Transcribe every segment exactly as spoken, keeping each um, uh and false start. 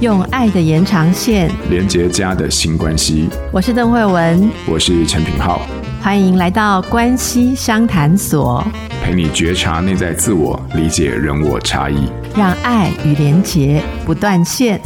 用爱的延长线连结家的新关系。 我是邓惠文， 我是陈品皓， 欢迎来到关系商谈所， 陪你觉察内在自我，理解人我差异， 让爱与连结不断线。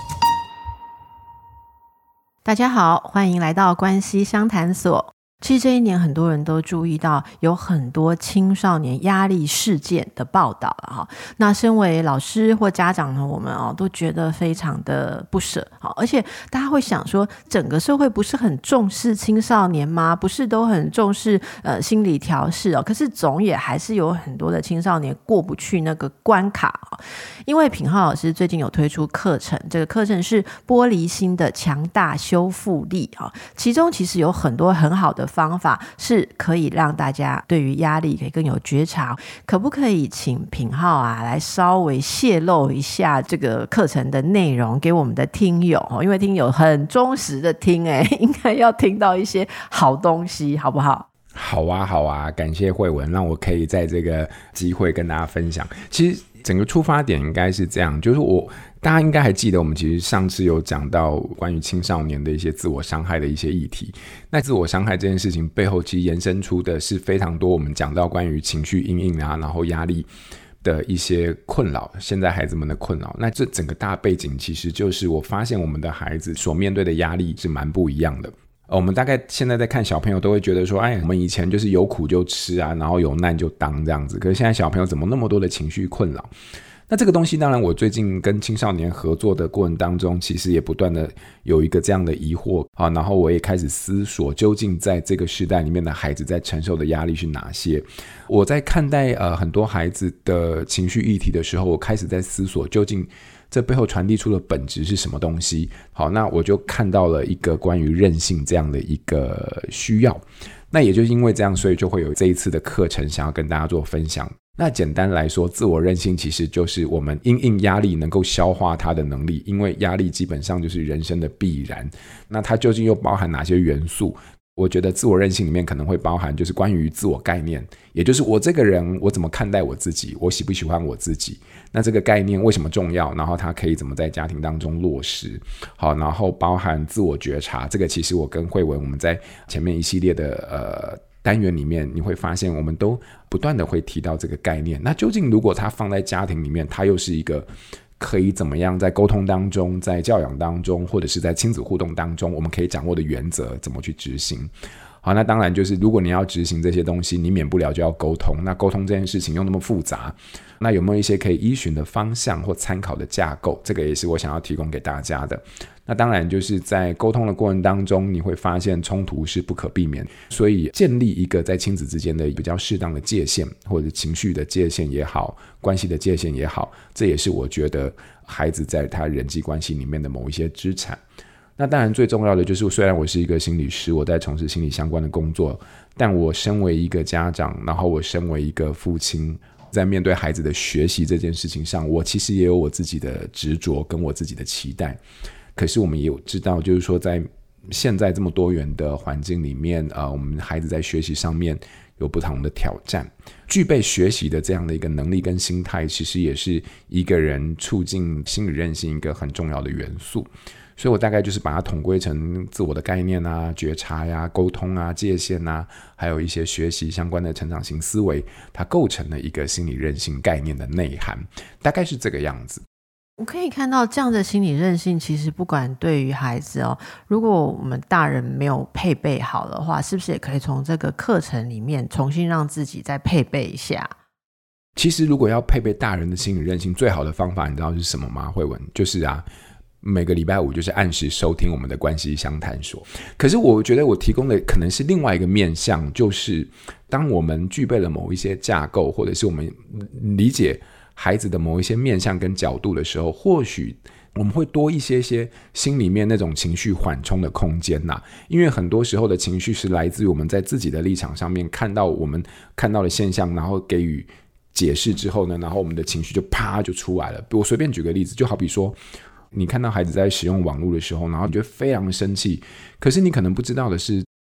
大家好，欢迎来到关系商谈所。其实这一年很多人都注意到有很多青少年压力事件的报道了哈。那身为老师或家长呢，我们哦都觉得非常的不舍，而且大家会想说，整个社会不是很重视青少年吗？不是都很重视呃心理调试哦？可是总也还是有很多的青少年过不去那个关卡哦。因为品皓老师最近有推出课程，这个课程是玻璃心的强大修复力哦，其中其实有很多很好的方法是可以让大家对于压力可以更有觉察。可不可以请品皓啊来稍微泄露一下这个课程的内容给我们的听友，因为听友很忠实的听耶，应该要听到一些好东西，好不好？ 好啊好啊，感谢惠文让我可以在这个机会跟大家分享。其实整个出发点应该是这样，就是我大家应该还记得我们其实上次有讲到关于青少年的一些自我伤害的一些议题。那自我伤害这件事情背后其实延伸出的是非常多我们讲到关于情绪因应啊，然后压力的一些困扰，现在孩子们的困扰。那这整个大背景其实就是我发现我们的孩子所面对的压力是蛮不一样的。我们大概现在在看小朋友都会觉得说，哎，我们以前就是有苦就吃啊，然后有难就当这样子。可是现在小朋友怎么那么多的情绪困扰？那这个东西当然我最近跟青少年合作的过程当中，其实也不断的有一个这样的疑惑啊，然后我也开始思索，究竟在这个时代里面的孩子在承受的压力是哪些。我在看待呃很多孩子的情绪议题的时候，我开始在思索究竟这背后传递出的本质是什么东西。好，那我就看到了一个关于韧性这样的一个需要。那也就是因为这样，所以就会有这一次的课程想要跟大家做分享。那简单来说，自我韧性其实就是我们因应压力能够消化它的能力，因为压力基本上就是人生的必然。那它究竟又包含哪些元素？我觉得自我韧性里面可能会包含就是关于自我概念，也就是我这个人我怎么看待我自己，我喜不喜欢我自己，那这个概念为什么重要，然后它可以怎么在家庭当中落实。好，然后包含自我觉察，这个其实我跟惠文我们在前面一系列的呃单元里面，你会发现我们都不断的会提到这个概念。那究竟如果它放在家庭里面，它又是一个可以怎么样在沟通当中，在教养当中，或者是在亲子互动当中，我们可以掌握的原则怎么去执行。好，那当然就是如果你要执行这些东西，你免不了就要沟通。那沟通这件事情又那么复杂，那有没有一些可以依循的方向或参考的架构？这个也是我想要提供给大家的。那当然就是在沟通的过程当中，你会发现冲突是不可避免，所以建立一个在亲子之间的比较适当的界限，或者情绪的界限也好，关系的界限也好，这也是我觉得孩子在他人际关系里面的某一些资产。那当然最重要的就是，虽然我是一个心理师，我在从事心理相关的工作，但我身为一个家长，然后我身为一个父亲，在面对孩子的学习这件事情上，我其实也有我自己的执着跟我自己的期待。可是我们也有知道，就是说在现在这么多元的环境里面，呃，我们孩子在学习上面有不同的挑战，具备学习的这样的一个能力跟心态，其实也是一个人促进心理韧性一个很重要的元素。所以我大概就是把它统归成自我的概念啊、觉察呀、沟通啊、界限啊，还有一些学习相关的成长型思维，它构成了一个心理韧性概念的内涵，大概是这个样子。 我可以看到这样的心理韧性，其实不管对于孩子哦，如果我们大人没有配备好的话，是不是也可以从这个课程里面重新让自己再配备一下？ 其实如果要配备大人的心理韧性，最好的方法你知道是什么吗？慧文，就是啊每个礼拜五就是按时收听我们的关系相谈所。可是我觉得我提供的可能是另外一个面向，就是当我们具备了某一些架构，或者是我们理解孩子的某一些面向跟角度的时候，或许我们会多一些些心里面那种情绪缓冲的空间呐、啊。因为很多时候的情绪是来自于我们在自己的立场上面看到我们看到的现象，然后给予解释之后呢，然后我们的情绪就啪就出来了。我随便举个例子，就好比说你看到孩子在使用网络的时候，然后你觉得非常生气，可是你可能不知道的是，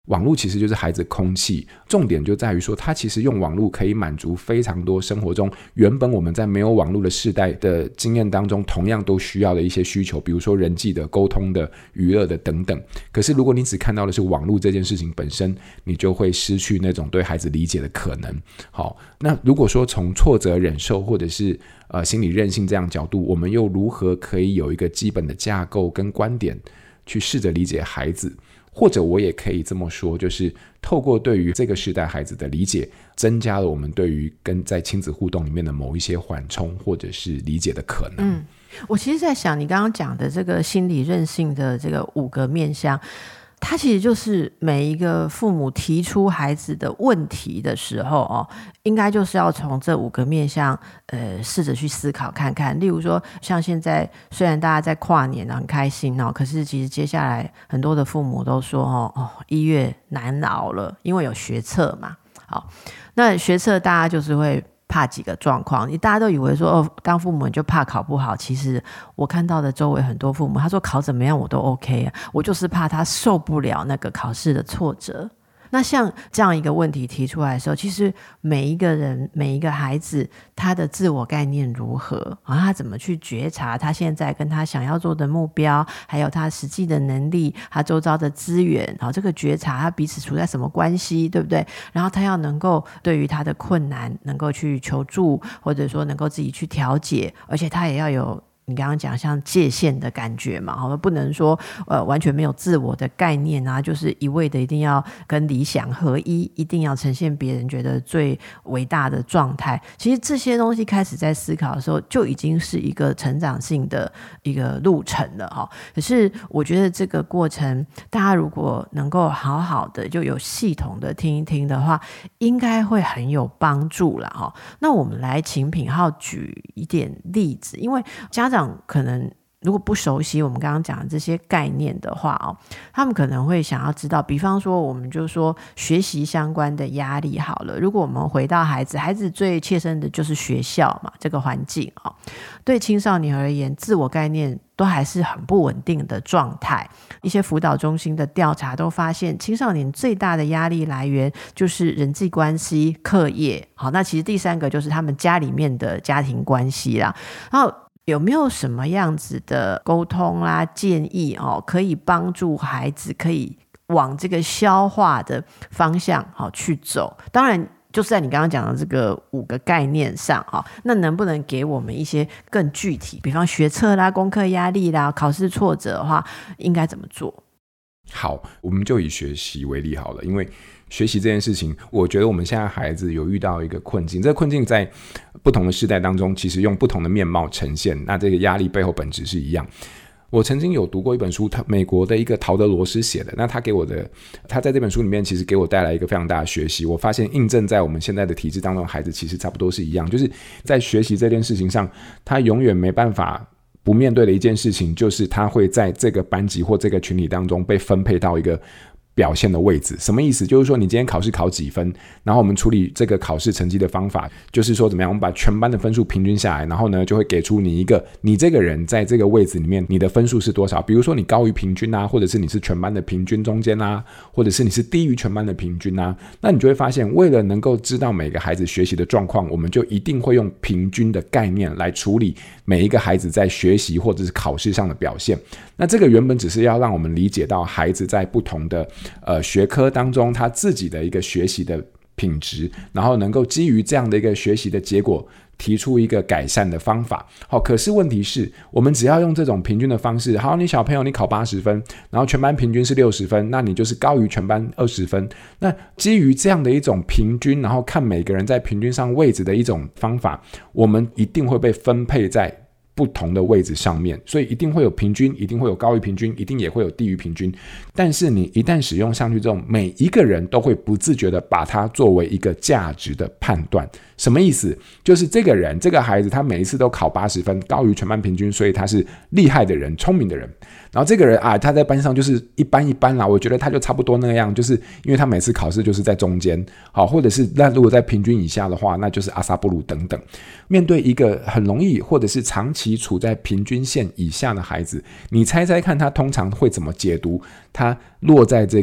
网络其实就是孩子空气，重点就在于说他其实用网络可以满足非常多生活中原本我们在没有网络的世代的经验当中同样都需要的一些需求，比如说人际的、沟通的、娱乐的等等。可是如果你只看到的是网络这件事情本身，你就会失去那种对孩子理解的可能。好，那如果说从挫折忍受或者是呃心理韧性这样角度，我们又如何可以有一个基本的架构跟观点去试着理解孩子？或者我也可以这么说，就是透过对于这个世代孩子的理解，增加了我们对于跟在亲子互动里面的某一些缓冲或者是理解的可能。 嗯，我其实在想你刚刚讲的这个心理韧性的这个五个面向，它其实就是每一个父母提出孩子的问题的时候哦，应该就是要从这五个面向呃，试着去思考看看。例如说像现在虽然大家在跨年很开心哦，可是其实接下来很多的父母都说哦，哦一月难熬了，因为有学测嘛。好，那学测大家就是会怕几个状况，大家都以为说哦，当父母就怕考不好。其实我看到的周围很多父母，他说考怎么样我都 OK 啊，我就是怕他受不了那个考试的挫折。那像这样一个问题提出来的时候，其实每一个人每一个孩子他的自我概念如何，然后他怎么去觉察他现在跟他想要做的目标，还有他实际的能力，他周遭的资源，然后这个觉察他彼此处在什么关系，对不对？然后他要能够对于他的困难能够去求助，或者说能够自己去调节，而且他也要有你刚刚讲像界限的感觉嘛，不能说呃完全没有自我的概念啊，就是一味的一定要跟理想合一，一定要呈现别人觉得最伟大的状态。其实这些东西开始在思考的时候，就已经是一个成长性的一个路程了哈。可是我觉得这个过程，大家如果能够好好的就有系统的听一听的话，应该会很有帮助啦哈。那我们来请品皓举一点例子，因为家长可能如果不熟悉我们刚刚讲的这些概念的话哦，他们可能会想要知道，比方说我们就说学习相关的压力好了，如果我们回到孩子孩子最切身的就是学校嘛，这个环境哦，对青少年而言自我概念都还是很不稳定的状态。一些辅导中心的调查都发现，青少年最大的压力来源就是人际关系、课业。好，那其实第三个就是他们家里面的家庭关系啦。然后有没有什么样子的沟通啦、建议哦，可以帮助孩子可以往这个消化的方向好去走？当然就是在你刚刚讲的这个五个概念上，那能不能给我们一些更具体，比方学测啦、功课压力啦、考试挫折的话应该怎么做？ 好，我们就以学习为例好了。因为学习这件事情，我觉得我们现在孩子有遇到一个困境，这个困境在不同的世代当中其实用不同的面貌呈现，那这个压力背后本质是一样。我曾经有读过一本书，他美国的一个陶德罗斯写的，那他给我的，他在这本书里面其实给我带来一个非常大的学习。我发现印证在我们现在的体制当中，孩子其实差不多是一样，就是在学习这件事情上，他永远没办法不面对的一件事情，就是他会在这个班级或这个群体当中被分配到一个表现的位置。什么意思？就是说你今天考试考几分，然后我们处理这个考试成绩的方法就是说怎么样，我们把全班的分数平均下来，然后呢就会给出你一个你这个人在这个位置里面你的分数是多少。比如说你高于平均啊，或者是你是全班的平均中间啊，或者是你是低于全班的平均啊，那你就会发现为了能够知道每个孩子学习的状况，我们就一定会用平均的概念来处理每一个孩子在学习或者是考试上的表现。那这个原本只是要让我们理解到孩子在不同的呃学科当中他自己的一个学习的品质，然后能够基于这样的一个学习的结果提出一个改善的方法。好，可是问题是我们只要用这种平均的方式，好，你小朋友你考八十分，然后全班平均是六十分，那你就是高于全班二十分。那基于这样的一种平均，然后看每个人在平均上位置的一种方法，我们一定会被分配在不同的位置上面，所以一定会有平均，一定会有高于平均，一定也会有低于平均。但是你一旦使用上去这种，每一个人都会不自觉的把它作为一个价值的判断。什么意思？就是这个人这个孩子他每一次都考八十分，高于全班平均，所以他是厉害的人，聪明的人。然后这个人啊，他在班上就是一般一般啦，我觉得他就差不多那样，就是因为他每次考试就是在中间，好，或者是那如果在平均以下的话，那就是阿萨布鲁等等。面对一个很容易或者是长期处在平均线以下的孩子，你猜猜看他通常会怎么解读他落在这个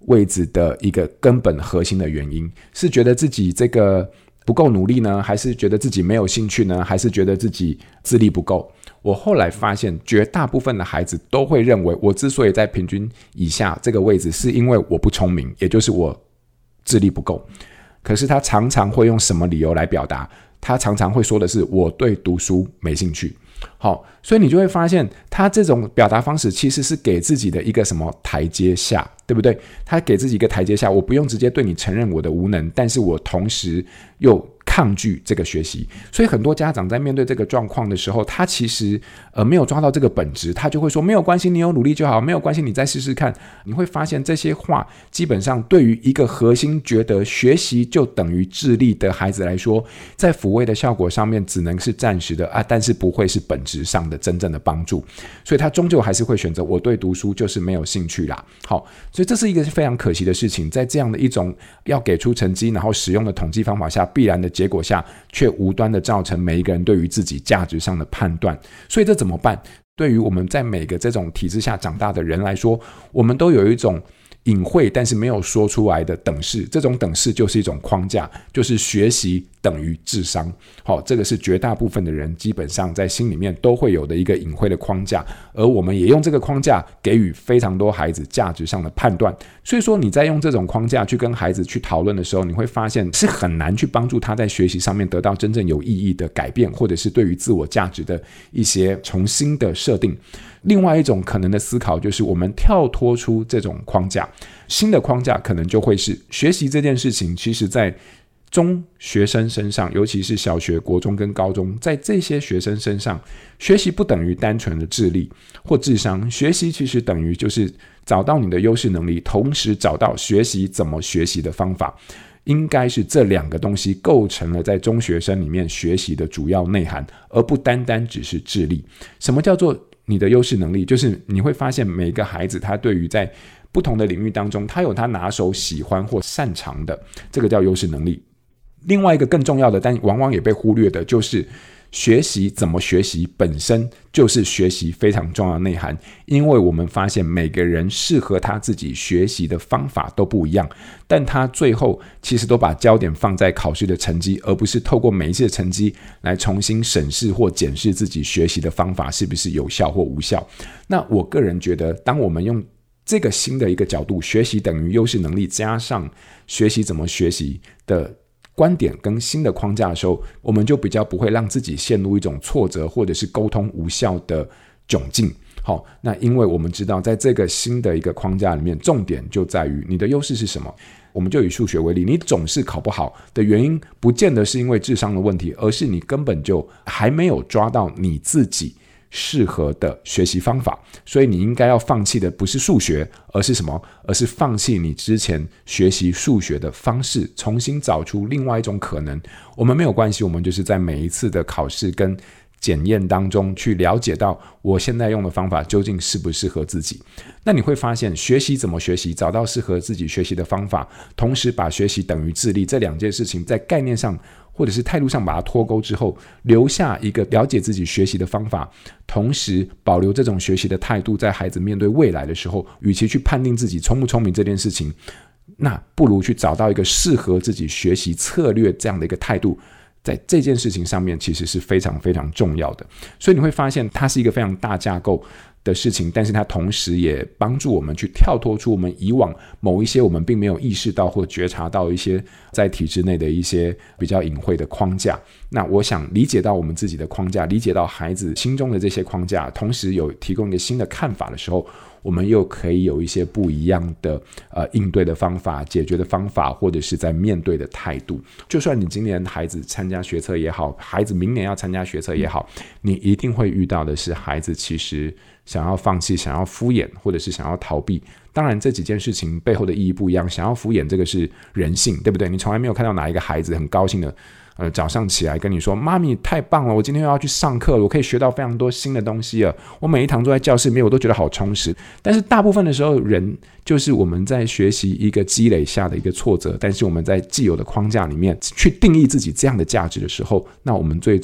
位置的一个根本核心的原因，是觉得自己这个不够努力呢，还是觉得自己没有兴趣呢，还是觉得自己智力不够？我后来发现绝大部分的孩子都会认为，我之所以在平均以下这个位置，是因为我不聪明，也就是我智力不够。可是他常常会用什么理由来表达？他常常会说的是我对读书没兴趣。好，所以你就会发现他这种表达方式其实是给自己的一个什么台阶下，对不对？他给自己一个台阶下，我不用直接对你承认我的无能，但是我同时又抗拒这个学习。所以很多家长在面对这个状况的时候，他其实呃没有抓到这个本质，他就会说没有关系，你有努力就好，没有关系，你再试试看。你会发现这些话基本上对于一个核心觉得学习就等于智力的孩子来说，在抚慰的效果上面只能是暂时的啊，但是不会是本质上的真正的帮助。所以他终究还是会选择我对读书就是没有兴趣啦。好，所以这是一个非常可惜的事情，在这样的一种要给出成绩然后使用的统计方法下，必然的结果下，却无端的造成每一个人对于自己价值上的判断。所以这怎么办？对于我们在每个这种体制下长大的人来说，我们都有一种隐晦但是没有说出来的等式，这种等式就是一种框架，就是学习等于智商。好，这个是绝大部分的人基本上在心里面都会有的一个隐晦的框架，而我们也用这个框架给予非常多孩子价值上的判断。所以说你在用这种框架去跟孩子去讨论的时候，你会发现是很难去帮助他在学习上面得到真正有意义的改变，或者是对于自我价值的一些重新的设定。另外一种可能的思考就是我们跳脱出这种框架，新的框架可能就会是学习这件事情，其实在中学生身上，尤其是小学、国中跟高中，在这些学生身上，学习不等于单纯的智力或智商，学习其实等于就是找到你的优势能力，同时找到学习怎么学习的方法。应该是这两个东西构成了在中学生里面学习的主要内涵，而不单单只是智力。什么叫做你的优势能力？就是你会发现每个孩子他对于在不同的领域当中，他有他拿手喜欢或擅长的，这个叫优势能力。另外一个更重要的，但往往也被忽略的，就是学习怎么学习本身就是学习非常重要的内涵。因为我们发现每个人适合他自己学习的方法都不一样，但他最后其实都把焦点放在考试的成绩，而不是透过每一次的成绩来重新审视或检视自己学习的方法是不是有效或无效。那我个人觉得，当我们用这个新的一个角度，学习等于优势能力加上学习怎么学习的观点跟新的框架的时候，我们就比较不会让自己陷入一种挫折或者是沟通无效的窘境。好，那因为我们知道在这个新的一个框架里面，重点就在于你的优势是什么。我们就以数学为例，你总是考不好的原因不见得是因为智商的问题，而是你根本就还没有抓到你自己适合的学习方法。所以你应该要放弃的不是数学，而是什么？而是放弃你之前学习数学的方式，重新找出另外一种可能。我们没有关系，我们就是在每一次的考试跟检验当中去了解到我现在用的方法究竟适不适合自己。那你会发现学习怎么学习，找到适合自己学习的方法，同时把学习等于智力这两件事情在概念上或者是态度上把它脱钩之后，留下一个了解自己学习的方法，同时保留这种学习的态度，在孩子面对未来的时候，与其去判定自己聪不聪明这件事情，那不如去找到一个适合自己学习策略这样的一个态度，在这件事情上面其实是非常非常重要的。所以你会发现它是一个非常大架构的事情，但是它同时也帮助我们去跳脱出我们以往某一些我们并没有意识到或觉察到一些在体制内的一些比较隐晦的框架。那我想理解到我们自己的框架，理解到孩子心中的这些框架，同时有提供一个新的看法的时候，我们又可以有一些不一样的呃应对的方法、解决的方法，或者是在面对的态度。就算你今年孩子参加学测也好，孩子明年要参加学测也好，你一定会遇到的是孩子其实想要放弃、想要敷衍，或者是想要逃避。当然这几件事情背后的意义不一样，想要敷衍这个是人性，对不对？你从来没有看到哪一个孩子很高兴的呃，早上起来跟你说，妈咪太棒了，我今天又要去上课了，我可以学到非常多新的东西了，我每一堂都在教室里面，我都觉得好充实。但是大部分的时候，人就是我们在学习一个积累下的一个挫折，但是我们在既有的框架里面去定义自己这样的价值的时候，那我们最终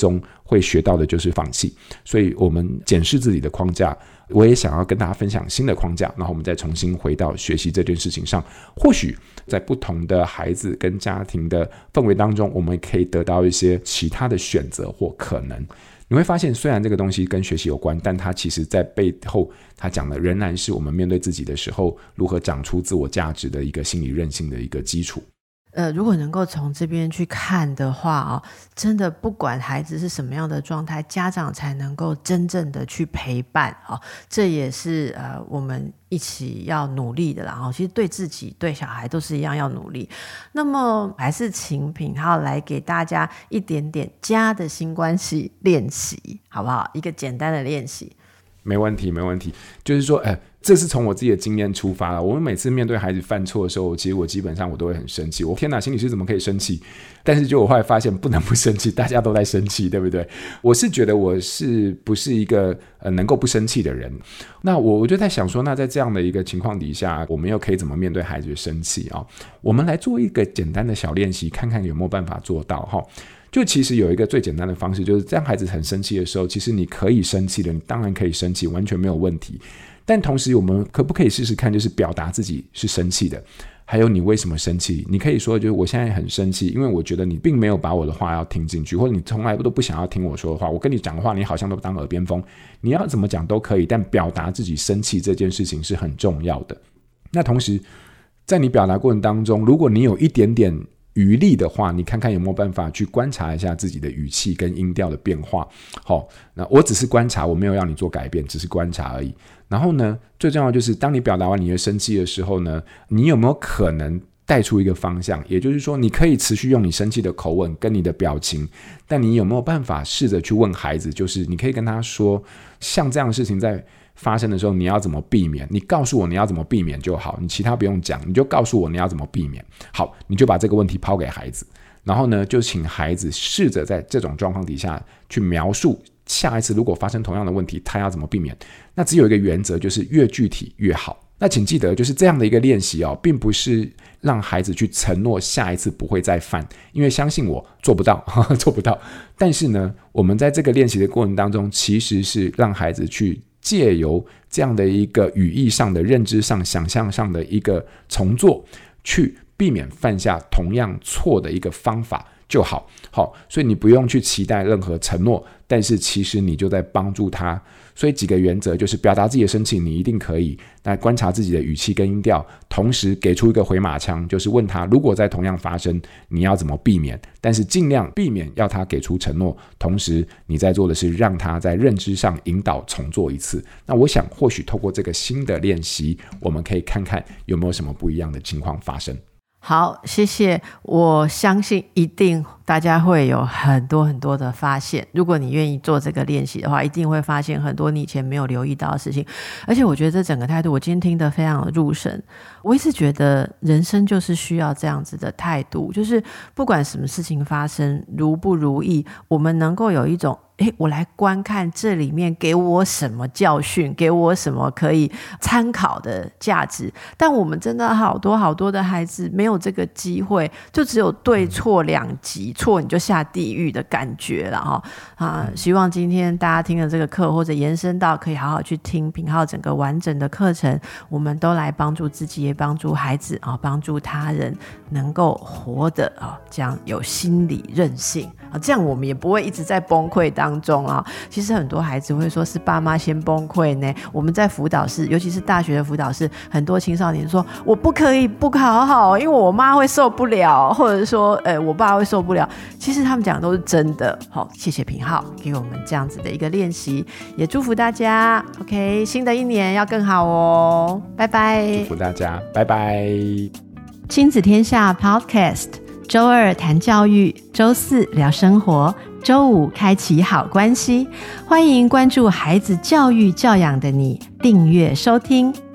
会学到的就是放弃。所以我们检视自己的框架，我也想要跟大家分享新的框架，然后我们再重新回到学习这件事情上。或许在不同的孩子跟家庭的氛围当中，我们可以得到一些其他的选择或可能。你会发现虽然这个东西跟学习有关，但它其实在背后它讲的仍然是我们面对自己的时候如何长出自我价值的一个心理韧性的一个基础。 呃，如果能够从这边去看的话哦，真的不管孩子是什么样的状态，家长才能够真正的去陪伴哦，这也是呃我们一起要努力的啦哦。其实对自己对小孩都是一样要努力。那么还是请品皓来给大家一点点家的新关系练习，好不好？一个简单的练习。 没问题没问题，就是说呃这是从我自己的经验出发了。我们每次面对孩子犯错的时候，其实我基本上我都会很生气。我天哪，心理师怎么可以生气？但是就我后来发现不能不生气，大家都在生气，对不对？我是觉得我是不是一个呃能够不生气的人。那我我就在想说，那在这样的一个情况底下，我们又可以怎么面对孩子的生气啊？我们来做一个简单的小练习，看看有没有办法做到哈。就其实有一个最简单的方式，就是当孩子很生气的时候，其实你可以生气的，你当然可以生气，完全没有问题。但同时我们可不可以试试看，就是表达自己是生气的，还有你为什么生气。你可以说就是我现在很生气，因为我觉得你并没有把我的话要听进去，或者你从来都不想要听我说的话，我跟你讲的话你好像都当耳边风，你要怎么讲都可以，但表达自己生气这件事情是很重要的。那同时在你表达过程当中，如果你有一点点余力的话，你看看有没有办法去观察一下自己的语气跟音调的变化。好，那我只是观察，我没有要你做改变，只是观察而已。然后呢，最重要的就是当你表达完你的生气的时候呢，你有没有可能带出一个方向，也就是说你可以持续用你生气的口吻跟你的表情，但你有没有办法试着去问孩子，就是你可以跟他说，像这样的事情在发生的时候你要怎么避免，你告诉我你要怎么避免就好，你其他不用讲，你就告诉我你要怎么避免。好，你就把这个问题抛给孩子，然后呢就请孩子试着在这种状况底下去描述下一次如果发生同样的问题他要怎么避免。那只有一个原则，就是越具体越好。那请记得就是这样的一个练习哦，并不是让孩子去承诺下一次不会再犯，因为相信我做不到呵呵做不到。但是呢我们在这个练习的过程当中，其实是让孩子去借由这样的一个语义上的认知上想象上的一个重做，去避免犯下同样错的一个方法就好。好，所以你不用去期待任何承诺，但是其实你就在帮助他。所以几个原则就是表达自己的生气你一定可以，那观察自己的语气跟音调，同时给出一个回马枪，就是问他如果在同样发生你要怎么避免，但是尽量避免要他给出承诺，同时你在做的是让他在认知上引导重做一次。那我想或许透过这个新的练习，我们可以看看有没有什么不一样的情况发生。 好，谢谢。我相信一定大家会有很多很多的发现，如果你愿意做这个练习的话，一定会发现很多你以前没有留意到的事情。而且我觉得这整个态度，我今天听得非常的入神。我一直觉得人生就是需要这样子的态度，就是不管什么事情发生如不如意，我们能够有一种诶，我来观看这里面给我什么教训，给我什么可以参考的价值。但我们真的好多好多的孩子没有这个机会，就只有对错两极，错你就下地狱的感觉了哈啊！希望今天大家听了这个课，或者延伸到可以好好去听品皓整个完整的课程，我们都来帮助自己，也帮助孩子啊，帮助他人，能够活得啊，这样有心理韧性啊，这样我们也不会一直在崩溃当中。当中啊，其实很多孩子会说是爸妈先崩溃呢。我们在辅导室，尤其是大学的辅导室，很多青少年说我不可以不考好，因为我妈会受不了，或者说呃我爸会受不了。其实他们讲的都是真的。好，谢谢品皓给我们这样子的一个练习，也祝福大家 OK 新的一年要更好哦，拜拜。 祝福大家，拜拜。 亲子天下 Podcast， 周二谈教育，周四聊生活，周五开启好关系。欢迎关注孩子教育教养的你，订阅收听。